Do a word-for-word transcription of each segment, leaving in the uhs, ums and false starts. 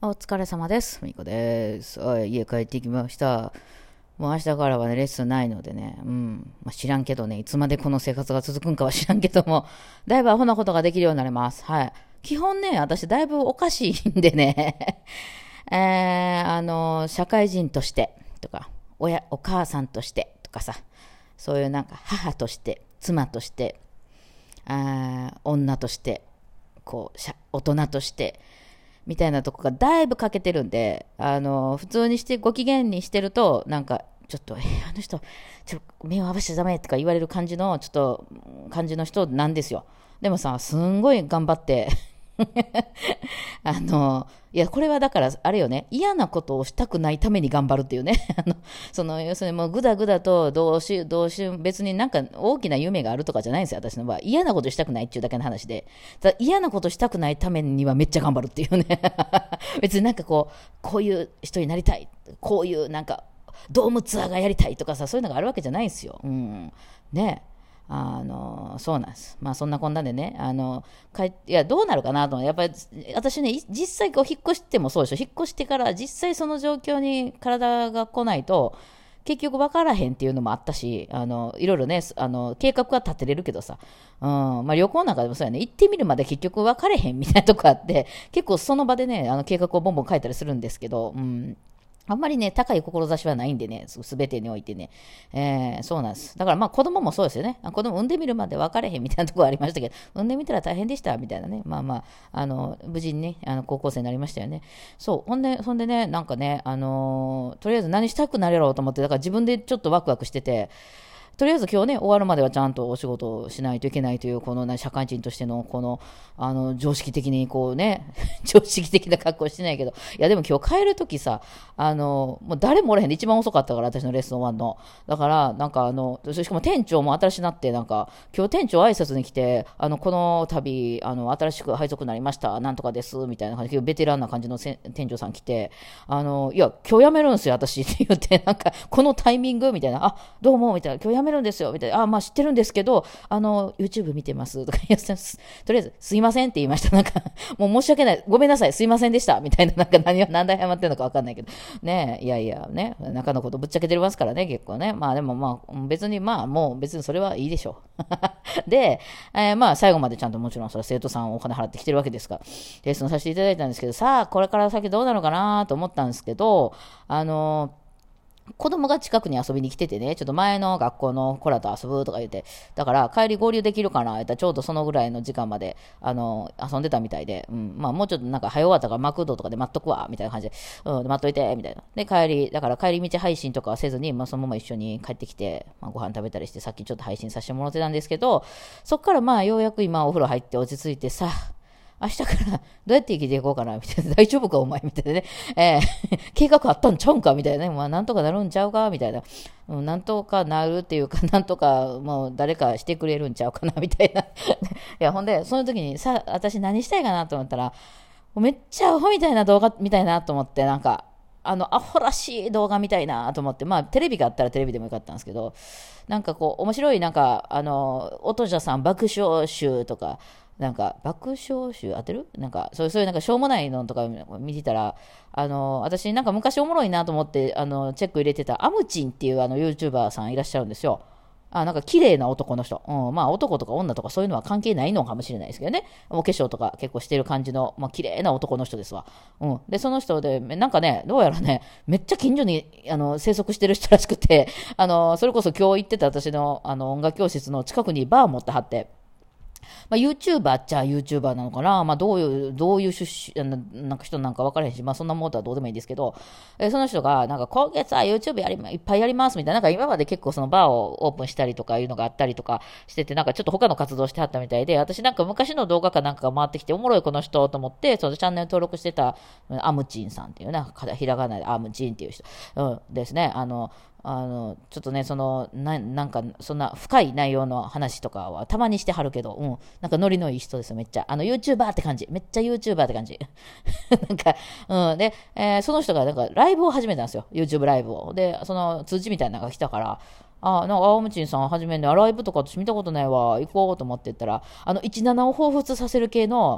お疲れ様です。みこです。おい、家帰ってきました。もう明日からはね、レッスンないのでね、うん。まあ、知らんけどね、いつまでこの生活が続くんかは知らんけども、だいぶアホなことができるようになります。はい。基本ね、私だいぶおかしいんでね、えー、あの、社会人としてとか、親、お母さんとしてとかさ、そういうなんか母として、妻として、あー女として、こう、大人として、みたいなとこがだいぶ欠けてるんで、あの、普通にしてご機嫌にしてると、なんか、ちょっと、えー、あの人、ちょっと目を合わせちゃダメとか言われる感じの、ちょっと、感じの人なんですよ。でもさ、すんごい頑張ってあの、いや、これはだから、あれよね、嫌なことをしたくないために頑張るっていうね。あの、その、要するにもうぐだぐだと、どうし、どうし、別になんか大きな夢があるとかじゃないんですよ、私の場合。嫌なことしたくないっていうだけの話で。ただ嫌なことしたくないためにはめっちゃ頑張るっていうね。別になんかこう、こういう人になりたい。こういうなんか、ドームツアーがやりたいとかさ、そういうのがあるわけじゃないんですよ。うん。ね。あのそうなんです。まあそんなこんなでね、あのかいいやどうなるかなと思う。やっぱり私ね、実際こう引っ越してもそうでしょ。引っ越してから実際その状況に体が来ないと結局分からへんっていうのもあったし、あのいろいろね、あの計画は立てれるけどさ、うん、まあ旅行なんかでもそうやね、行ってみるまで結局分かれへんみたいなとこあって、結構その場でね、あの計画をボンボン書いたりするんですけど、うん。あんまりね、高い志はないんでね、すべてにおいてね。えー、そうなんです。だからまあ子供もそうですよね。子供産んでみるまで分かれへんみたいなところありましたけど、産んでみたら大変でした、みたいなね。まあまあ、あの、無事にね、あの高校生になりましたよね。そう。ほんで、ほんでね、なんかね、あのーとりあえず何したくなるやろうと思って、だから自分でちょっとワクワクしてて、とりあえず今日ね、終わるまではちゃんとお仕事をしないといけないという、この、ね、社会人としての、この、あの、常識的にこうね、常識的な格好してないけど、いやでも今日帰るときさ、あの、もう誰もおれへんで一番遅かったから、私のレッスン終わんの。だから、なんかあの、しかも店長も新しくなって、なんか、今日店長挨拶に来て、あの、この度、あの、新しく配属になりました、なんとかです、みたいな感じで、ベテランな感じの店長さん来て、あの、いや、今日辞めるんすよ、私って言って、なんか、このタイミングみたいな、あ、どうも、みたいな、今日辞めるんですよ、みたいな、あ、まあ知ってるんですけど、あの、YouTube 見てます、とか言って、とりあえず、すいませんって言いました。なんか、もう申し訳ない、ごめんなさい、すいませんでした、みたいな、なんか何を、何で謝ってるのかわかんないけど、ねいやいや、ね、中のことぶっちゃけてますからね、結構ね。まあでもまあ、別にまあ、もう別にそれはいいでしょう。で、えーまあ、最後までちゃんともちろん、それは生徒さんお金払ってきてるわけですから、レッスンさせていただいたんですけど、さあ、これから先どうなのかなと思ったんですけど、あのー子供が近くに遊びに来ててね、ちょっと前の学校の子らと遊ぶとか言って、だから帰り合流できるかな言ったらちょうどそのぐらいの時間まで、あの、遊んでたみたいで、うん、まあもうちょっとなんか早終わったからマクドとかで待っとくわ、みたいな感じで、うん、待っといて、みたいな。で、帰り、だから帰り道配信とかはせずに、まあそのまま一緒に帰ってきて、まあご飯食べたりして、さっきちょっと配信させてもらってたんですけど、そっからまあようやく今お風呂入って落ち着いてさ、明日からどうやって生きていこうかなみたいな。大丈夫かお前みたいなね。えー計画あったんちゃうんかみたいなね。まあ、なんとかなるんちゃうかみたいな。うん、なんとかなるっていうか、なんとかもう誰かしてくれるんちゃうかなみたいな。いや、ほんで、その時にさ、私何したいかなと思ったら、めっちゃアホみたいな動画みたいなと思って、なんか、あの、アホらしい動画みたいなと思って、まあ、テレビがあったらテレビでもよかったんですけど、なんかこう、面白い、なんか、あの、音じゃさん爆笑集とか、なんか、爆笑集当てるなんか、そういう、そういうなんか、しょうもないのとか見てたら、あの、私、なんか昔おもろいなと思って、あの、チェック入れてた、アムチンっていうあの、YouTuber さんいらっしゃるんですよ。あ、なんか綺麗な男の人。うん、まあ男とか女とかそういうのは関係ないのかもしれないですけどね。お化粧とか結構してる感じの、まあ綺麗な男の人ですわ。うん。で、その人で、なんかね、どうやらね、めっちゃ近所に、あの、生息してる人らしくて、あの、それこそ今日行ってた私の、あの、音楽教室の近くにバー持ってはって、まあ、YouTuber っちゃ YouTuber なのかな、まあ、どういう、どういう出身、あのなんか人なんか分からへんし、まあ、そんなものとはどうでもいいんですけど、えーその人が、なんか今月は YouTube やり、いっぱいやりますみたいな、なんか今まで結構そのバーをオープンしたりとかいうのがあったりとかしてて、なんかちょっと他の活動してはったみたいで、私なんか昔の動画かなんかが回ってきて、おもろいこの人と思って、そのチャンネル登録してた、アムチンさんっていうね、ひらがなでアムチンっていう人、うん、ですね、あの、あの、ちょっとね、その、ななんか、そんな深い内容の話とかはたまにしてはるけど、うん、なんかノリのいい人ですよ、めっちゃ。あの、YouTuber って感じ。めっちゃ YouTuber って感じ。なんか、うん。で、えーその人がなんかライブを始めたんですよ。YouTube ライブを。で、その通知みたいなのが来たから、あ、なんか、青ムチンさん始めんね、ライブとか私見たことないわ、行こうと思って言ったら、あの、じゅうななを彷彿させる系の、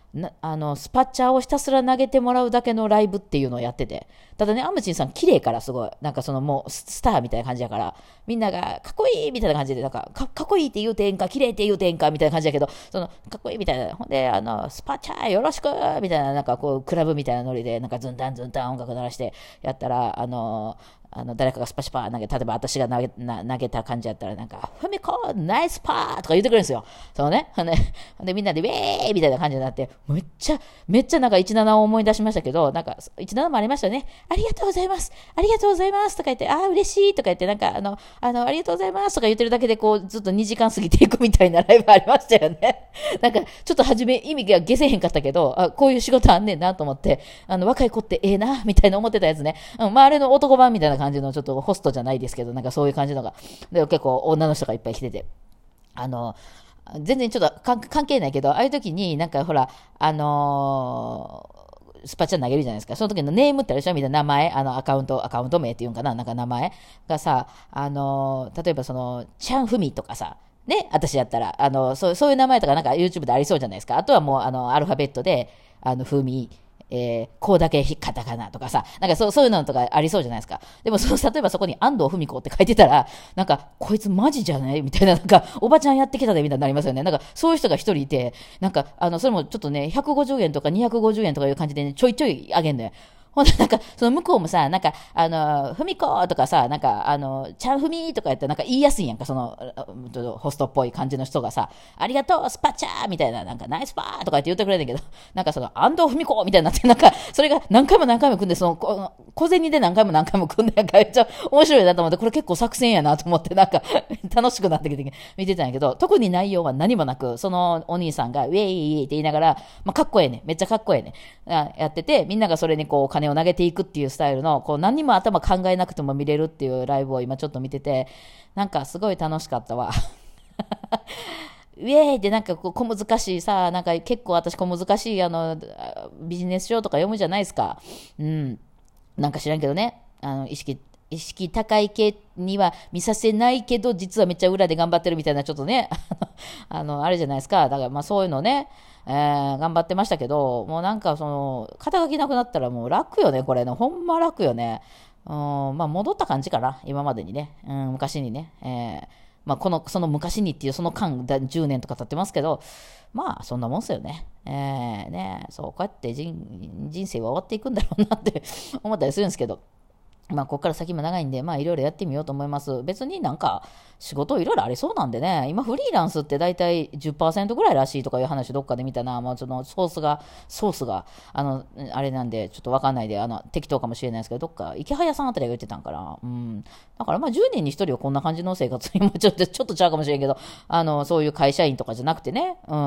なあのスパッチャーをひたすら投げてもらうだけのライブっていうのをやってて、ただね、アムチンさん綺麗からすごい、なんかそのもうスターみたいな感じやから、みんながかっこいいみたいな感じで、なんかかかっこいいって言うてんか、綺麗って言うてんかみたいな感じやけど、そのかっこいいみたいな、ほんで、あのスパッチャーよろしくみたいな、なんかこうクラブみたいなノリで、なんかズンタンズンタン音楽鳴らしてやったら、あのあの誰かがスパシパー投げ、例えば私が投げな投げた感じやったら、なんか、フミコナイスパーとか言ってくれるんですよ。そのね、で、でみんなでウェーイみたいな感じになって、めっちゃ、めっちゃなんかじゅうななを思い出しましたけど、なんかじゅうななもありましたよね。ありがとうございます。ありがとうございますとか言って、ああ、嬉しいとか言って、なんか、あの、あの、ありがとうございますとか言ってるだけで、こう、ずっとにじかん過ぎていくみたいなライブありましたよね。なんか、ちょっと初め意味が下せへんかったけど、あ、こういう仕事あんねんなと思って、あの、若い子ってええな、みたいな思ってたやつね。うん、まあ、あれの男版みたいな感じの、ちょっとホストじゃないですけど、なんかそういう感じのが、で結構女の人がいっぱい来てて、あの、全然ちょっと関係ないけど、ああいう時になんかほら、あのースパチャ投げるじゃないですか。その時のネームってあるでしょ、みんな名前、あのアカウント、アカウント名っていうんかな、なんか名前がさ、あのー例えばその、チャンフミとかさ、ね、私やったら、あの、そう、そういう名前とかなんか YouTube でありそうじゃないですか。あとはもう、あの、アルファベットで、あの、ふみ、えー、こうだけカタカナとかさ、なんかそうそういうのとかありそうじゃないですか。でもその、例えばそこに安藤文子って書いてたら、なんか、こいつマジじゃないみたいな、なんか、おばちゃんやってきたでみたいになりますよね。なんか、そういう人が一人いて、なんか、あの、それもちょっとね、ひゃくごじゅうえんとかにひゃくごじゅうえんとかいう感じでね、ちょいちょいあげんのよ。ほんで、なんか、その向こうもさ、なんか、あの、ふみことかさ、なんか、あの、ちゃんふみとかやったら、なんか言いやすいやんか、その、ホストっぽい感じの人がさ、ありがとう、スパチャーみたいな、なんか、ナイスパーとか言って言ってくれるんだけど、なんかその、安藤ふみこみたいになって、なんか、それが何回も何回も組んで、その、こ小銭で何回も何回も組んで、なんか、めっちゃ面白いなと思って、これ結構作戦やなと思って、なんか、楽しくなってきて、見てたんやけど、特に内容は何もなく、そのお兄さんが、ウェイって言いながら、まあ、かっこええね。めっちゃかっこええね。やってて、みんながそれにこう、金を投げていくっていうスタイルの、こう、何にも頭考えなくても見れるっていうライブを今ちょっと見てて、なんかすごい楽しかったわ。ウェーイってなんかこう小難しいさ、なんか結構私小難しいあのビジネス書とか読むじゃないですか。うん。なんか知らんけどね。あの意識、意識高い系には見させないけど、実はめっちゃ裏で頑張ってるみたいな、ちょっとね、あの、あれじゃないですか。だからまあそういうのね、えー、頑張ってましたけど、もうなんかその、肩書きなくなったらもう楽よね、これね。ほんま楽よね。うん、まあ戻った感じかな、今までにね。うん、昔にね。えーまあ、この、その昔にっていうその間、じゅうねんとか経ってますけど、まあ、そんなもんっすよね。えー、ね、そう、こうやって人、人生は終わっていくんだろうなって思ったりするんですけど、まあ、ここから先も長いんで、まあ、いろいろやってみようと思います。別になんか、仕事いろいろありそうなんでね、今フリーランスって大体じゅっパーセントぐらいらしいとかいう話どっかで見たな、まあ、そのソースが、ソースが、あの、あれなんで、ちょっとわかんないで、あの、適当かもしれないですけど、どっか、池早さんあたりが言ってたんかな。うん。だからまあ、じゅうねんにひとりはこんな感じの生活にもちょっと、ちょっとちゃうかもしれんけど、あの、そういう会社員とかじゃなくてね、うん、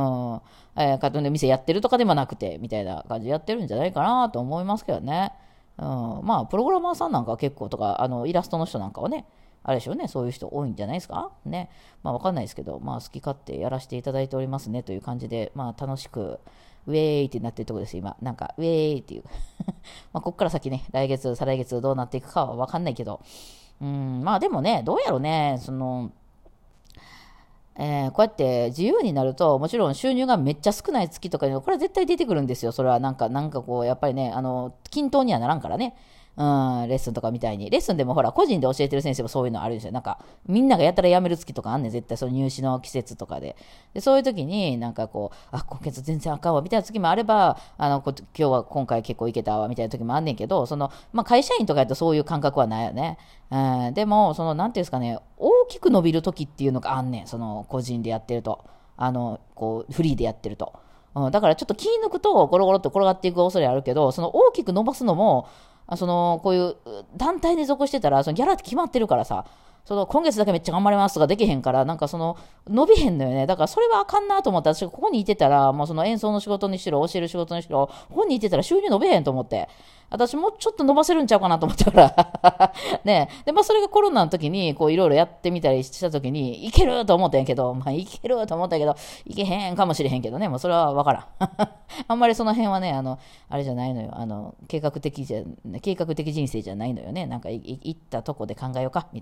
えー、カートンで店やってるとかでもなくて、みたいな感じでやってるんじゃないかなと思いますけどね。うん、まあ、プログラマーさんなんかは結構とか、あの、イラストの人なんかはね、あれでしょうね、そういう人多いんじゃないですかね。まあ、わかんないですけど、まあ、好き勝手やらせていただいておりますねという感じで、まあ、楽しく、ウェーイってなってるところです、今。なんか、ウェーイっていう。まあ、こっから先ね、来月、再来月どうなっていくかはわかんないけど、うん、まあ、でもね、どうやろうね、その、えーこうやって自由になると、もちろん収入がめっちゃ少ない月とかに、これは絶対出てくるんですよ。それはなんか、なんかこう、やっぱりね、あの、均等にはならんからね。うん、レッスンとかみたいに。レッスンでもほら、個人で教えてる先生もそういうのあるんですよ。なんか、みんながやったら辞める月とかあんねん、絶対その入試の季節とかで。で、そういう時に、なんかこう、あ、今月全然あかんわ、みたいな時もあれば、あの、こ今日は今回結構いけたわ、みたいな時もあんねんけど、その、まあ、会社員とかやとそういう感覚はないよね。うん、でも、その、なんていうんですかね、大きく伸びる時っていうのがあんねん、その、個人でやってると。あの、こう、フリーでやってると。うん、だからちょっと気抜くとゴロゴロっと転がっていく恐れあるけど、その大きく伸ばすのも、あその、こういう団体に属してたら、そのギャラって決まってるからさ、その今月だけめっちゃ頑張りますとかできへんから、なんかその、伸びへんのよね。だからそれはあかんなと思って、私がここにいてたら、もうその演奏の仕事にしろ、教える仕事にしろ、ここにいてたら収入伸びへんと思って。私もうちょっと伸ばせるんちゃうかなと思ったからね。で、まあそれがコロナの時に、こういろいろやってみたりした時に、いけると思ったんやけど、まあいけると思ったけど、いけへんかもしれへんけどね。もうそれはわからん。あんまりその辺はね、あの、あれじゃないのよ。あの、計画的じゃ、計画的人生じゃないのよね。なんかい、い行ったとこで考えようか、みたいなね。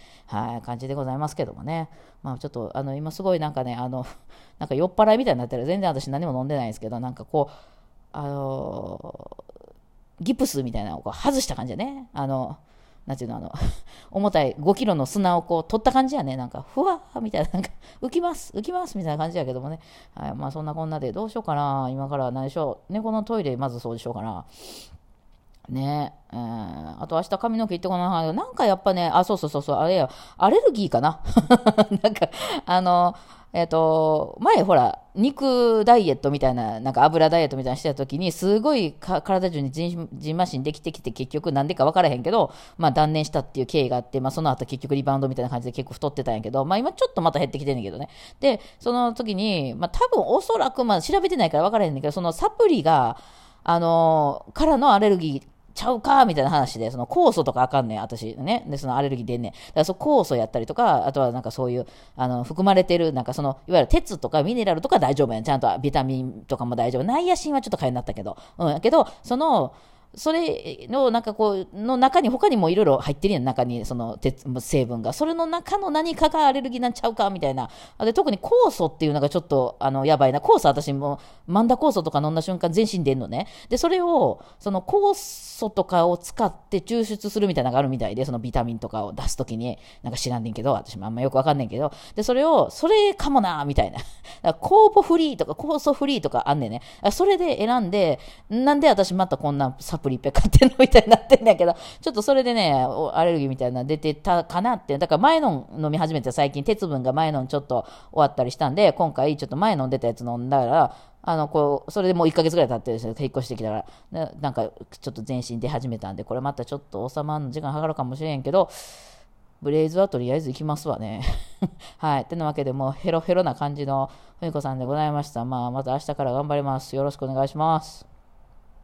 はい、感じでございますけどもね。まあちょっと、あの、今すごいなんかね、あの、なんか酔っ払いみたいになってる。全然私何も飲んでないんですけど、なんかこう、あのーギプスみたいなのをこう外した感じやね。あの、なんていうの、あの、重たいごキロの砂をこう取った感じやね。なんか、ふわーみたいな、なんか、浮きます、浮きますみたいな感じやけどもね。はい、まあそんなこんなで、どうしようかな。今から何でしょう。猫のトイレまず掃除しようかな。ねえ、ー、あと明日髪の毛いってこな。なんかやっぱね、あ、そうそうそうそう、あれや、アレルギーかな。なんか、あの、えっ、と、前ほら、肉ダイエットみたいな、なんか油ダイエットみたいなしてた時に、すごいか体中にじんじんましんできてきて、結局なんでか分からへんけど、まあ断念したっていう経緯があって、まあその後結局リバウンドみたいな感じで結構太ってたんやけど、まあ今ちょっとまた減ってきてんねんけどね。で、その時に、まあ多分おそらく、まあ調べてないから分からへんねんけど、そのサプリが、あのーからのアレルギー、ちゃうかみたいな話で、その酵素とかあかんねん、私ね。で、そのアレルギー出んねん。だからその酵素やったりとか、あとはなんかそういう、あの、含まれてる、なんかその、いわゆる鉄とかミネラルとか大丈夫やん。ちゃんとビタミンとかも大丈夫。ナイアシンはちょっと買えになったけど。うん、やけど、その、それの、なんかこう、の中に他にもいろいろ入ってるやん、中に、その鉄、成分が。それの中の何かがアレルギーなんちゃうかみたいな。で、特に酵素っていうのがちょっと、あの、やばいな。酵素私も、マンダ酵素とか飲んだ瞬間全身出んのね。で、それを、その酵素とかを使って抽出するみたいなのがあるみたいで、そのビタミンとかを出すときに、なんか知らんねんけど、私もあんまよくわかんねんけど、で、それを、それかもなみたいな。酵母フリーとか酵素フリーとかあんねんね。それで選んで、なんで私またこんなサプリいっぱい買ってんのみたいになってんだけど、ちょっとそれでね、アレルギーみたいなの出てたかなって。だから前の飲み始めて最近、鉄分が前のちょっと終わったりしたんで、今回ちょっと前飲んでたやつ飲んだら、あの、こう、それでもういっかげつぐらい経ってるんですよ。引っ越してきたから。なんか、ちょっと全身出始めたんで、これまたちょっと収まるの時間かかるかもしれんけど、ブレイズはとりあえず行きますわね。はい。てなわけでもうヘロヘロな感じのふみこさんでございました。まあ、また明日から頑張ります。よろしくお願いします。